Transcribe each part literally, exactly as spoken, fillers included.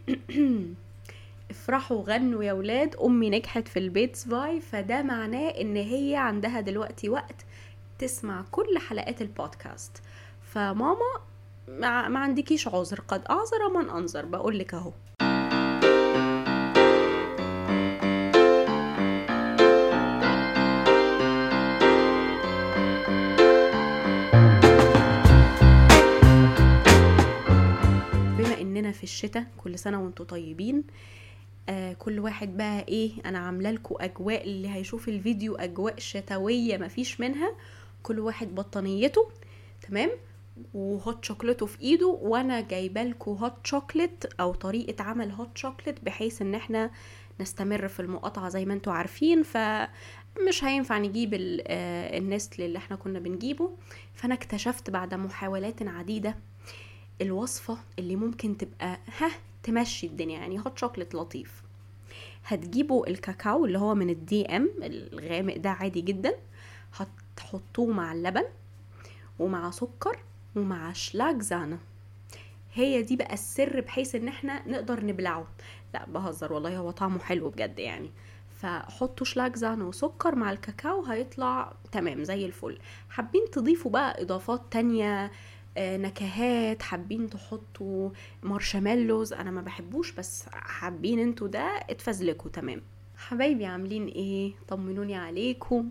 افرحوا غنوا يا ولاد، امي نجحت في البيتس باي، فده معناه ان هي عندها دلوقتي وقت تسمع كل حلقات البودكاست. فماما ما, ما عندكيش عذر، قد اعذر من انظر، بقولك اهو. بما اننا في الشتاء، كل سنة وانتم طيبين. آه كل واحد بقى ايه، انا عامله لكم اجواء، اللي هيشوف الفيديو اجواء شتويه مفيش منها. كل واحد بطانيته تمام وهوت شوكليته في ايده، وانا جايبه لكم هوت شوكليت او طريقه عمل هوت شوكليت، بحيث ان احنا نستمر في المقاطعه زي ما انتم عارفين. فمش هينفع نجيب النستل اللي احنا كنا بنجيبه. فانا اكتشفت بعد محاولات عديده الوصفه اللي ممكن تبقى ها تمشي الدنيا، يعني هوت شوكليت لطيف. هتجيبوا الكاكاو اللي هو من الدي ام الغامق ده عادي جدا، هتحطوه مع اللبن ومع سكر ومع شلاجزانة. هي دي بقى السر، بحيث ان احنا نقدر نبلعه. لا بهزر والله، هو طعمه حلو بجد يعني. فحطوا شلاجزانة وسكر مع الكاكاو، هيطلع تمام زي الفل. حابين تضيفوا بقى اضافات تانية، نكهات، حابين تحطوا مارشميلوز، انا ما بحبوش بس حابين انتوا ده، اتفزلكوا تمام. حبايبي عاملين ايه؟ طمنوني عليكم.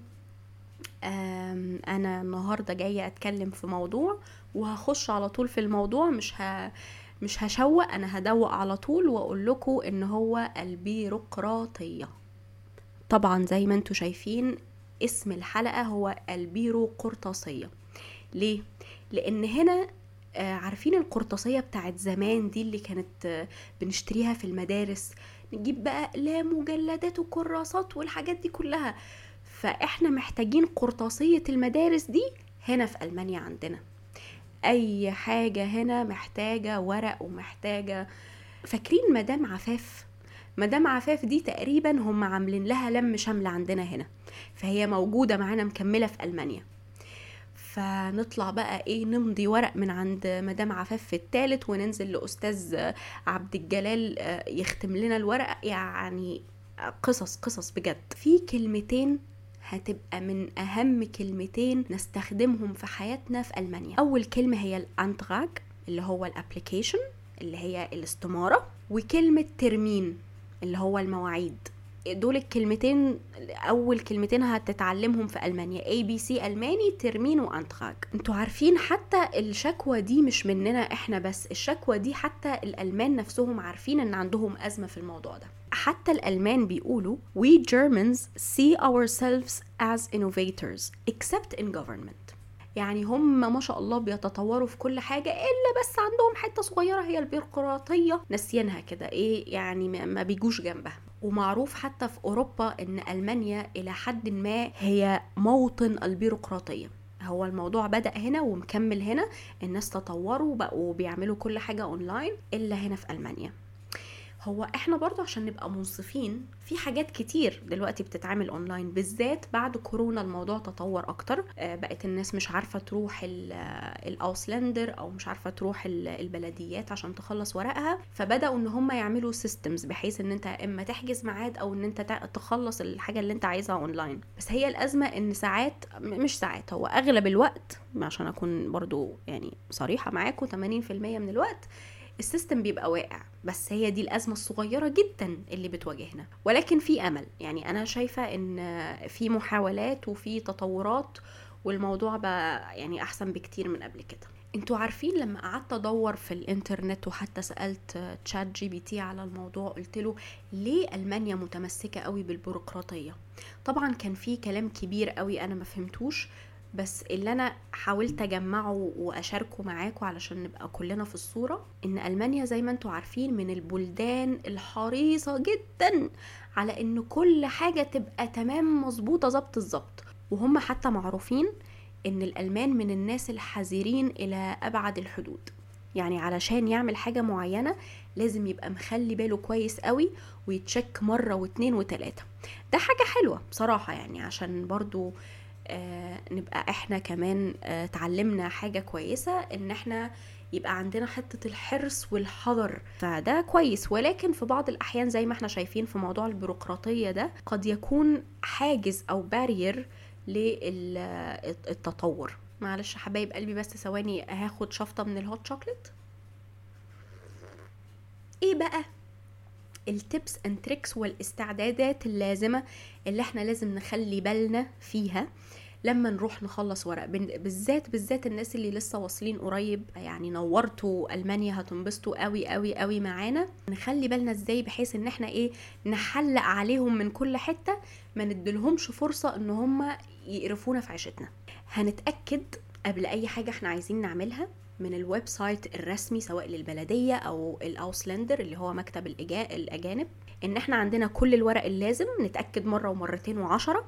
انا النهارده جايه اتكلم في موضوع، وهخش على طول في الموضوع، مش ه... مش هشوق، انا هدوق على طول واقول لكم ان هو البيروقراطيه. طبعا زي ما انتوا شايفين اسم الحلقه هو البيروقراطيه. ليه؟ لان هنا آه عارفين القرطاسيه بتاعت زمان دي اللي كانت آه بنشتريها في المدارس، نجيب بقى اقلام وجلادات وكراسات والحاجات دي كلها. فاحنا محتاجين قرطاسيه المدارس دي هنا في ألمانيا. عندنا اي حاجه هنا محتاجه ورق ومحتاجه. فاكرين مدام عفاف؟ مدام عفاف دي تقريبا هم عاملين لها لم شمل عندنا هنا، فهي موجوده معانا مكمله في ألمانيا. فنطلع بقى ايه، نمضي ورق من عند مدام عفاف في الثالث، وننزل لأستاذ عبد الجلال يختم لنا الورق. يعني قصص قصص بجد. في كلمتين هتبقى من أهم كلمتين نستخدمهم في حياتنا في ألمانيا. أول كلمة هي الأنتراج اللي هو الابليكيشن اللي هي الاستمارة، وكلمة ترمين اللي هو المواعيد. دول الكلمتين، اول كلمتين هتتعلمهم في ألمانيا، اي بي سي ألماني، ترمين وانتراج. انتوا عارفين حتى الشكوى دي مش مننا احنا بس، الشكوى دي حتى الألمان نفسهم عارفين ان عندهم أزمة في الموضوع ده. حتى الألمان بيقولوا we Germans see ourselves as innovators except in government. يعني هم ما شاء الله بيتطوروا في كل حاجة، إلا بس عندهم حتة صغيرة هي البيروقراطية نسينها كده إيه، يعني ما بيجوش جنبها. ومعروف حتى في أوروبا إن ألمانيا إلى حد ما هي موطن البيروقراطية. هو الموضوع بدأ هنا ومكمل هنا، الناس تطوروا بقوا بيعملوا كل حاجة أونلاين إلا هنا في ألمانيا. هو احنا برضو عشان نبقى منصفين، في حاجات كتير دلوقتي بتتعمل اونلاين، بالذات بعد كورونا الموضوع تطور اكتر. بقت الناس مش عارفة تروح الاوسلندر او مش عارفة تروح البلديات عشان تخلص ورقها، فبدأوا ان هم يعملوا سيستمز بحيث ان انت اما تحجز ميعاد او ان انت تخلص الحاجة اللي انت عايزها اونلاين. بس هي الازمة ان ساعات، مش ساعات، هو اغلب الوقت، عشان اكون برضو يعني صريحة معاكم، ثمانين بالمية من الوقت السيستم بيبقى واقع. بس هي دي الأزمة الصغيرة جدا اللي بتواجهنا، ولكن في أمل. يعني أنا شايفة إن في محاولات وفي تطورات، والموضوع بقى يعني أحسن بكتير من قبل كده. انتوا عارفين لما قعدت أدور في الإنترنت وحتى سألت تشات جي بي تي على الموضوع، قلت له ليه ألمانيا متمسكة قوي بالبيروقراطية؟ طبعا كان في كلام كبير قوي أنا ما فهمتوش، بس اللي انا حاولت اجمعه واشاركه معاكم علشان نبقى كلنا في الصورة، ان ألمانيا زي ما انتوا عارفين من البلدان الحريصة جدا على ان كل حاجة تبقى تمام مظبوطة ظبط الظبط. وهم حتى معروفين ان الألمان من الناس الحذرين الى ابعد الحدود. يعني علشان يعمل حاجة معينة لازم يبقى مخلي باله كويس قوي، ويتشك مرة واثنين وثلاثة. ده حاجة حلوة بصراحة، يعني عشان برضو آه نبقى احنا كمان آه تعلمنا حاجة كويسة، ان احنا يبقى عندنا حتة الحرص والحذر، فده كويس. ولكن في بعض الأحيان زي ما احنا شايفين في موضوع البيروقراطية ده قد يكون حاجز أو بارير للتطور. معلش حبايب قلبي بس ثواني هاخد شفطة من الهوت شوكليت. ايه بقى التيبس اند تريكس والاستعدادات اللازمة اللي احنا لازم نخلي بالنا فيها لما نروح نخلص ورق، بالذات بالذات الناس اللي لسه واصلين قريب، يعني نورتوا ألمانيا هتنبسطوا قوي قوي قوي معانا. نخلي بالنا ازاي بحيث ان احنا ايه نحلق عليهم من كل حتة، ما ندلهمش فرصة ان هم يقرفونا في عيشتنا. هنتأكد قبل اي حاجة احنا عايزين نعملها من الويب سايت الرسمي سواء للبلدية او الاوسلندر اللي هو مكتب الاجانب ان احنا عندنا كل الورق اللازم. نتأكد مرة ومرتين وعشرة،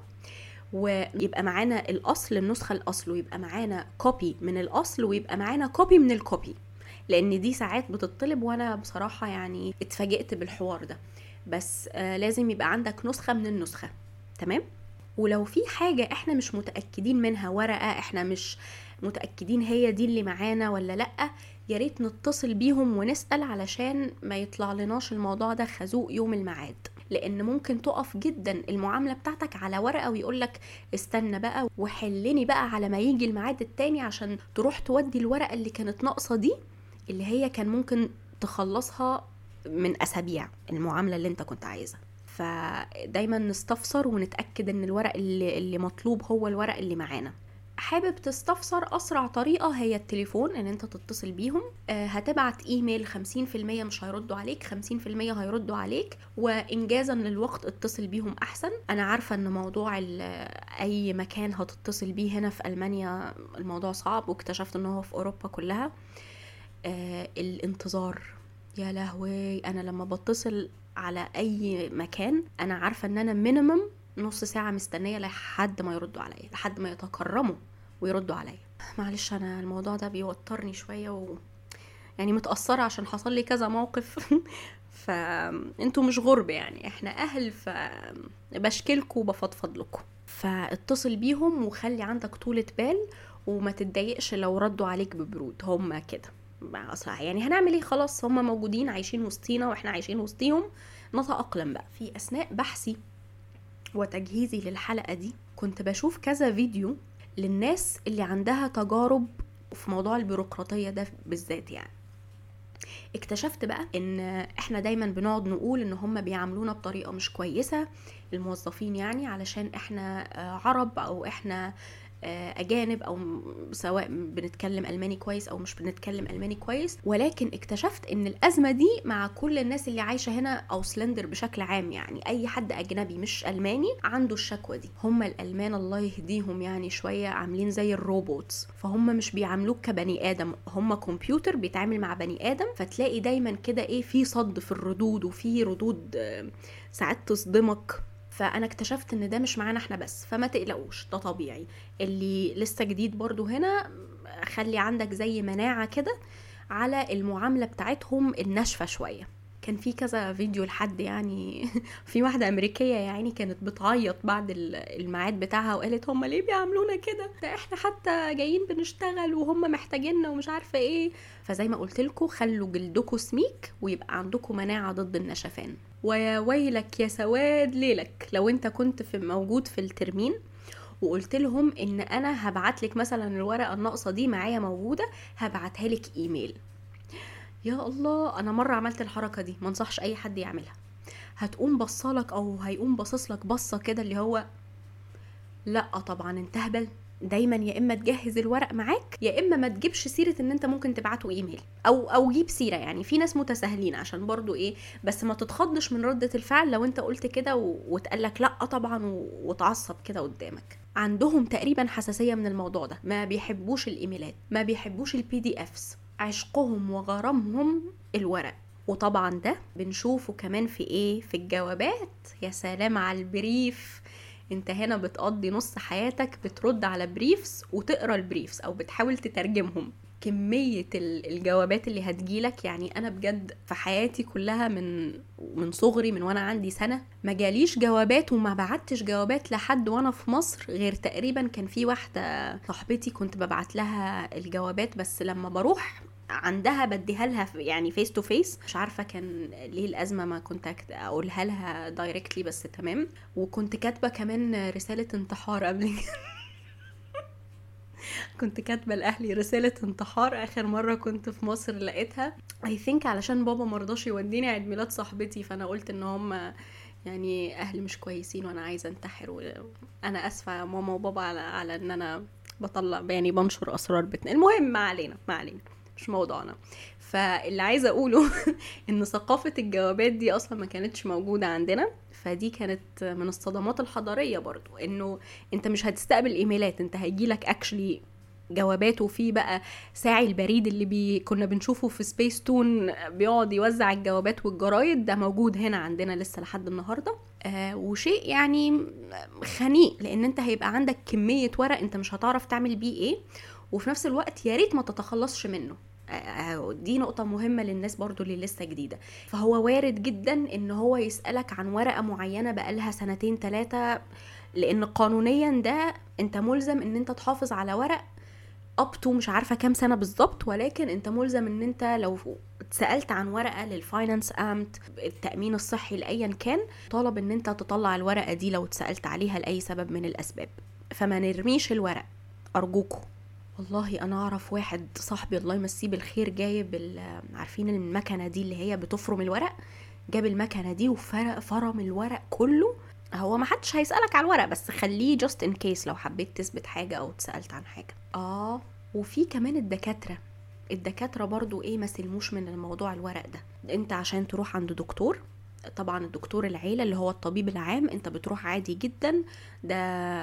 ويبقى معانا الاصل النسخة الاصل، ويبقى معانا كوبي من الاصل، ويبقى معانا كوبي من الكوبي، لان دي ساعات بتطلب وانا بصراحة يعني اتفاجئت بالحوار ده. بس آه لازم يبقى عندك نسخة من النسخة. تمام. ولو في حاجة احنا مش متأكدين منها، ورقة احنا مش متأكدين هي دي اللي معانا ولا لأ، ياريت نتصل بيهم ونسأل علشان ما يطلع لناش الموضوع ده خازوق يوم الميعاد. لان ممكن تقف جدا المعاملة بتاعتك على ورقة ويقولك استنى بقى وحلني بقى على ما يجي الميعاد التاني عشان تروح تودي الورقة اللي كانت ناقصة دي، اللي هي كان ممكن تخلصها من أسابيع المعاملة اللي انت كنت عايزها. فدايما نستفسر ونتأكد ان الورق اللي, اللي مطلوب هو الورق اللي معانا. حابب تستفسر أسرع طريقة هي التليفون، ان انت تتصل بيهم. آه هتبعت ايميل، خمسين في المية مش هيردوا عليك، خمسين في المية هيردوا عليك، وانجازا للوقت اتصل بيهم احسن. انا عارفة ان موضوع اي مكان هتتصل بيه هنا في ألمانيا الموضوع صعب، واكتشفت ان هو في اوروبا كلها. آه الانتظار يا لهوي، انا لما بتصل على اي مكان انا عارفة ان انا مينيمم نص ساعة مستنية لحد ما يردوا عليا، لحد ما يتكرموا ويردوا عليا. معلش انا الموضوع ده بيوترني شوية و... يعني متأثرة عشان حصل لي كذا موقف فانتوا مش غرب، يعني احنا اهل، فبشكلكوا وبفضفض لكم. فاتصل بيهم وخلي عندك طولة بال، وما تتضايقش لو ردوا عليك ببرود. هما كده اصلا، يعني هنعمل ايه؟ خلاص هما موجودين عايشين وسطينا واحنا عايشين وسطيهم، نتأقلم بقى. في اثناء بحثي وتجهيزي للحلقة دي كنت بشوف كذا فيديو للناس اللي عندها تجارب في موضوع البيروقراطية ده بالذات. يعني اكتشفت بقى ان احنا دايما بنقعد نقول ان هم بيعاملونا بطريقة مش كويسة، الموظفين يعني، علشان احنا عرب او احنا أجانب، أو سواء بنتكلم ألماني كويس أو مش بنتكلم ألماني كويس. ولكن اكتشفت إن الأزمة دي مع كل الناس اللي عايشة هنا أو سلندر بشكل عام، يعني أي حد أجنبي مش ألماني عنده الشكوى دي. هم الألمان الله يهديهم يعني شوية عاملين زي الروبوتس، فهم مش بيعاملوك كبني آدم، هم كمبيوتر بيتعامل مع بني آدم. فتلاقي دايما كده إيه، في صد في الردود، وفي ردود ساعات تصدمك. فانا اكتشفت ان ده مش معانا احنا بس، فما تقلقوش، ده طبيعي. اللي لسه جديد برضو هنا خلي عندك زي مناعة كده على المعاملة بتاعتهم الناشفة شوية. كان في كذا فيديو لحد يعني في واحدة أمريكية يعني كانت بتعيط بعد الميعاد بتاعها، وقالت هم ليه بيعملونا كده؟ ده احنا حتى جايين بنشتغل وهم محتاجيننا ومش عارفة ايه. فزي ما قلت لكم خلوا جلدكم سميك ويبقى عندكم مناعة ضد النشفان. ويا ويلك يا سواد ليلك لو انت كنت في موجود في الترمين وقلت لهم ان انا هبعت لك مثلا الورقة الناقصة دي معايا موجودة، هبعتها لك ايميل. يا الله، انا مرة عملت الحركة دي، ما انصحش اي حد يعملها. هتقوم بصالك او هيقوم بصصلك بصة كده اللي هو لا طبعا انت هبل. دايما يا اما تجهز الورق معاك، يا اما ما تجيبش سيرة ان انت ممكن تبعته ايميل، او او جيب سيرة. يعني في ناس متساهلين عشان برضو ايه، بس ما تتخضش من ردة الفعل لو انت قلت كده وتقلك لا طبعا وتعصب كده قدامك. عندهم تقريبا حساسية من الموضوع ده، ما بيحبوش الايميلات، ما بيحبوش البي دي افس، عشقهم وغرامهم الورق. وطبعا ده بنشوفه كمان في ايه، في الجوابات. يا سلام على البريف، انت هنا بتقضي نص حياتك بترد على بريفس وتقرأ البريفس او بتحاول تترجمهم. كمية الجوابات اللي هتجيلك، يعني انا بجد في حياتي كلها من من صغري، من وانا عندي سنة ما جاليش جوابات وما بعتش جوابات لحد وانا في مصر، غير تقريبا كان في واحدة صاحبتي كنت ببعت لها الجوابات. بس لما بروح عندها بديها لها يعني فيس تو فيس. مش عارفه كان ليه الازمه ما كنت اقولها لها دايركتلي، بس تمام. وكنت كاتبه كمان رساله انتحار قبل كنت كاتبه لاهلي رساله انتحار اخر مره كنت في مصر لقيتها. اي ثينك علشان بابا مرضاش يوديني عيد ميلاد صاحبتي، فانا قلت ان هم يعني اهلي مش كويسين وانا عايزه انتحر. وانا اسفه يا ماما وبابا على على ان انا بطلع يعني بنشر اسرار بيتنا. المهم ما علينا ما علينا مش موضوعنا. فاللي عايزه اقوله ان ثقافه الجوابات دي اصلا ما كانتش موجوده عندنا. فدي كانت من الصدمات الحضاريه برضو، انه انت مش هتستقبل ايميلات، انت هيجيلك اكشلي جوابات. وفي بقى ساعي البريد اللي بي كنا بنشوفه في سبيس تون بيقعد يوزع الجوابات والجرايد، ده موجود هنا عندنا لسه لحد النهارده. آه وشيء يعني خنيق، لان انت هيبقى عندك كميه ورق انت مش هتعرف تعمل بيه ايه، وفي نفس الوقت يا ريت ما تتخلصش منه. دي نقطة مهمة للناس برضو اللي لسه جديدة. فهو وارد جدا ان هو يسألك عن ورقة معينة بقالها سنتين ثلاثة، لان قانونيا ده انت ملزم ان انت تحافظ على ورق ابتو مش عارفة كام سنة بالظبط، ولكن انت ملزم ان انت لو اتسألت عن ورقة للفاينانس امت التأمين الصحي لأيا كان، طالب ان انت تطلع الورقة دي لو اتسألت عليها لأي سبب من الاسباب. فما نرميش الورق ارجوكم. والله انا اعرف واحد صاحبي الله يمسيه بالخير جايب عارفين المكنه دي اللي هي بتفرم الورق، جاب المكنه دي وفرق فرم الورق كله. هو ما حدش هيسالك على الورق، بس خليه just in case لو حبيت تثبت حاجه او اتسالت عن حاجه. اه وفي كمان الدكاتره الدكاتره برضو ايه ما سلموش من الموضوع الورق ده. انت عشان تروح عند دكتور، طبعا الدكتور العيلة اللي هو الطبيب العام، انت بتروح عادي جدا، ده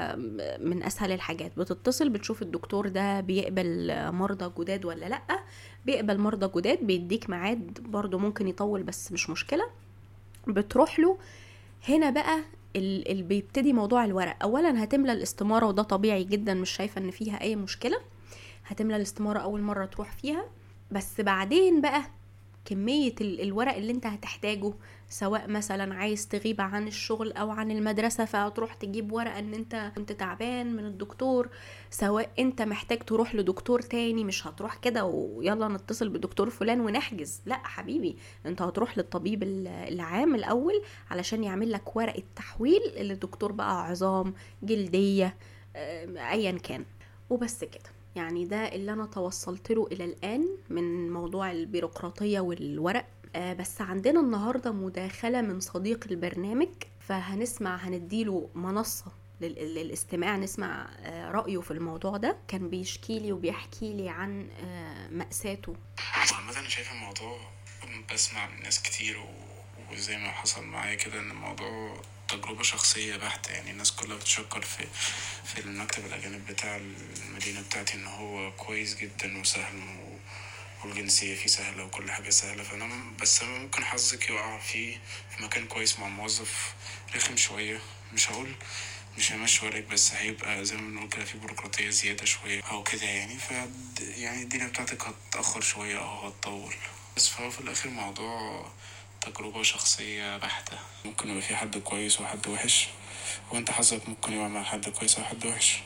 من اسهل الحاجات. بتتصل بتشوف الدكتور ده بيقبل مرضى جداد ولا لأ. بيقبل مرضى جداد بيديك ميعاد، برضو ممكن يطول بس مش مشكلة، بتروح له. هنا بقى اللي بيبتدي موضوع الورق. اولا هتملى الاستمارة، وده طبيعي جدا مش شايفة ان فيها اي مشكلة. هتملى الاستمارة اول مرة تروح فيها، بس بعدين بقى كمية الورق اللي انت هتحتاجه، سواء مثلا عايز تغيب عن الشغل او عن المدرسة فتروح تجيب ورقة ان انت كنت تعبان من الدكتور، سواء انت محتاج تروح لدكتور تاني، مش هتروح كده ويلا نتصل بدكتور فلان ونحجز، لا حبيبي، انت هتروح للطبيب العام الاول علشان يعمل لك ورقة تحويل للدكتور بقى عظام جلدية ايا كان. وبس كده. يعني ده اللي انا توصلت له الى الان من موضوع البيروقراطية والورق. آه بس عندنا النهاردة مداخلة من صديق البرنامج، فهنسمع هنديله منصة للاستماع نسمع آه رأيه في الموضوع ده. كان بيشكي لي وبيحكي لي عن آه مأساته. عامة انا شايف الموضوع، بسمع من ناس كتير وزي ما حصل معايا كده ان الموضوع تجربة شخصية بحتة. يعني الناس كلها بتشكر في في المكتب الأجانب بتاع المدينة بتاعتي إن هو كويس جدا وسهل والجنسية فيه سهلة وكل حاجة سهلة. فأنا بس ممكن حظك يقع فيه في مكان كويس مع موظف رخم شوية، مش هقول مش همشي ورقك، بس هيبقى زي ما بنقول كده في بيروقراطية زيادة شوية أو كده يعني. ف يعني الدنيا بتاعتك هتتأخر شوية أو هتطول. بس فهو في الآخر موضوع تجربة شخصية بحتة. ممكن يبقى في حد كويس وحد وحش، وانت حظك ممكن يبقى مع حد كويس وحد وحش.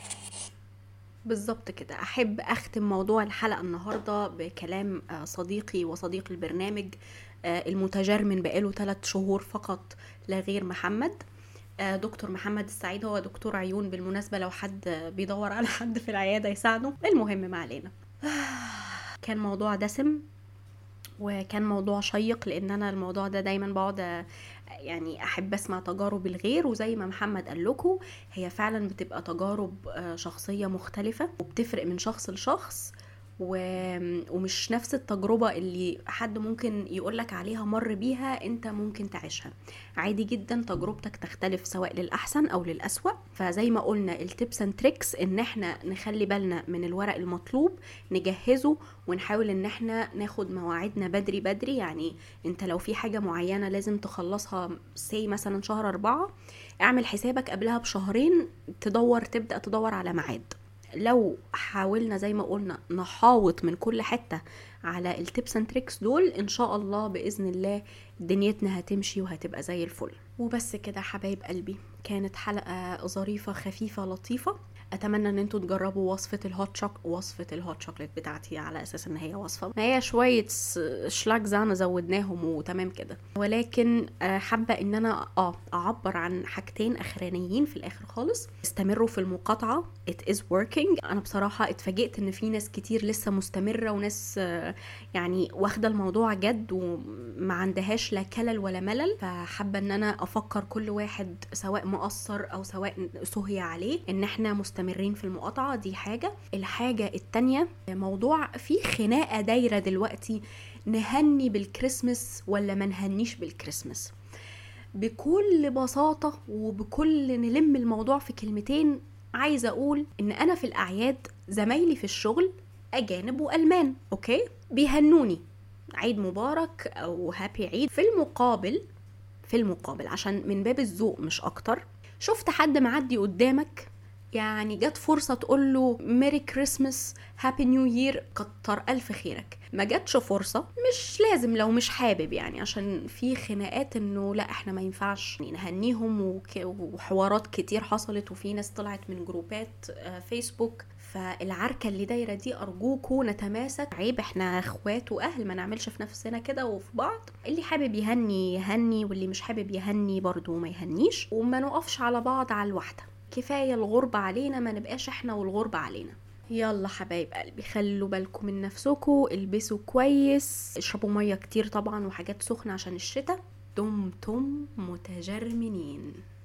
بالظبط كده. احب اختم موضوع الحلقة النهاردة بكلام صديقي وصديق البرنامج المتجرمن بقاله ثلاث شهور فقط لا غير، محمد، دكتور محمد السعيد. هو دكتور عيون بالمناسبة، لو حد بيدور على حد في العيادة يساعده. المهم ما علينا. كان موضوع دسم وكان موضوع شيق، لان انا الموضوع ده دايما بقعد يعني احب اسمع تجارب الغير، وزي ما محمد قال لكم هي فعلا بتبقى تجارب شخصية مختلفة وبتفرق من شخص لشخص، ومش نفس التجربة اللي حد ممكن يقولك عليها مر بيها انت ممكن تعيشها. عادي جدا تجربتك تختلف سواء للأحسن او للأسوأ. فزي ما قلنا التيبس اند تريكس ان احنا نخلي بالنا من الورق المطلوب، نجهزه، ونحاول ان احنا ناخد مواعيدنا بدري بدري. يعني انت لو في حاجة معينة لازم تخلصها سي مثلا شهر اربعة، اعمل حسابك قبلها بشهرين تدور تبدأ تدور على ميعاد. لو حاولنا زي ما قلنا نحاوط من كل حتة على التيبس اند تريكس دول، ان شاء الله بإذن الله دنيتنا هتمشي وهتبقى زي الفل. وبس كده حبايب قلبي، كانت حلقة ظريفة خفيفة لطيفة. اتمنى ان انتوا تجربوا وصفه الهوت شوك وصفه الهوت شوكليت بتاعتي على اساس ان هي وصفه، ما هي شويه شلاجزانه زودناهم وتمام كده. ولكن حابه ان انا اه اعبر عن حاجتين اخرانيين في الاخر خالص. استمروا في المقاطعه، it is working. انا بصراحه اتفاجئت ان في ناس كتير لسه مستمره، وناس يعني واخده الموضوع جد وما عندهاش لا كلل ولا ملل. فحابه ان انا افكر كل واحد سواء مقصر او سواء سهي عليه ان احنا مستمرين في المقاطعه دي. حاجه الحاجه التانية، موضوع في خناقه دايره دلوقتي، نهني بالكريسماس ولا ما نهنيش بالكريسماس. بكل بساطه وبكل نلم الموضوع في كلمتين، عايزه اقول ان انا في الاعياد زمايلي في الشغل اجانب والمان، اوكي، بيهنوني عيد مبارك او هابي عيد. في المقابل في المقابل عشان من باب الذوق مش اكتر، شفت حد معدي قدامك يعني جت فرصة تقول له ميري كريسمس هابي نيو يير، كتر ألف خيرك. ما جاتش فرصة، مش لازم لو مش حابب يعني، عشان في خناقات انه لا احنا ما ينفعش نهنيهم وك... وحوارات كتير حصلت، وفي ناس طلعت من جروبات فيسبوك. فالعركة اللي دايرة دي أرجوكوا نتماسك، عيب، احنا اخوات واهل، ما نعملش في نفسنا كده وفي بعض. اللي حابب يهني يهني، واللي مش حابب يهني برضو ما يهنيش، وما نقفش على بعض على الواحدة. كفاية الغربة علينا، ما نبقاش احنا والغربة علينا. يلا حبايب قلبي، خلوا بالكم من نفسكم، البسوا كويس، اشربوا مية كتير طبعا وحاجات سخنة عشان الشتاء، دمتم متجرمنين.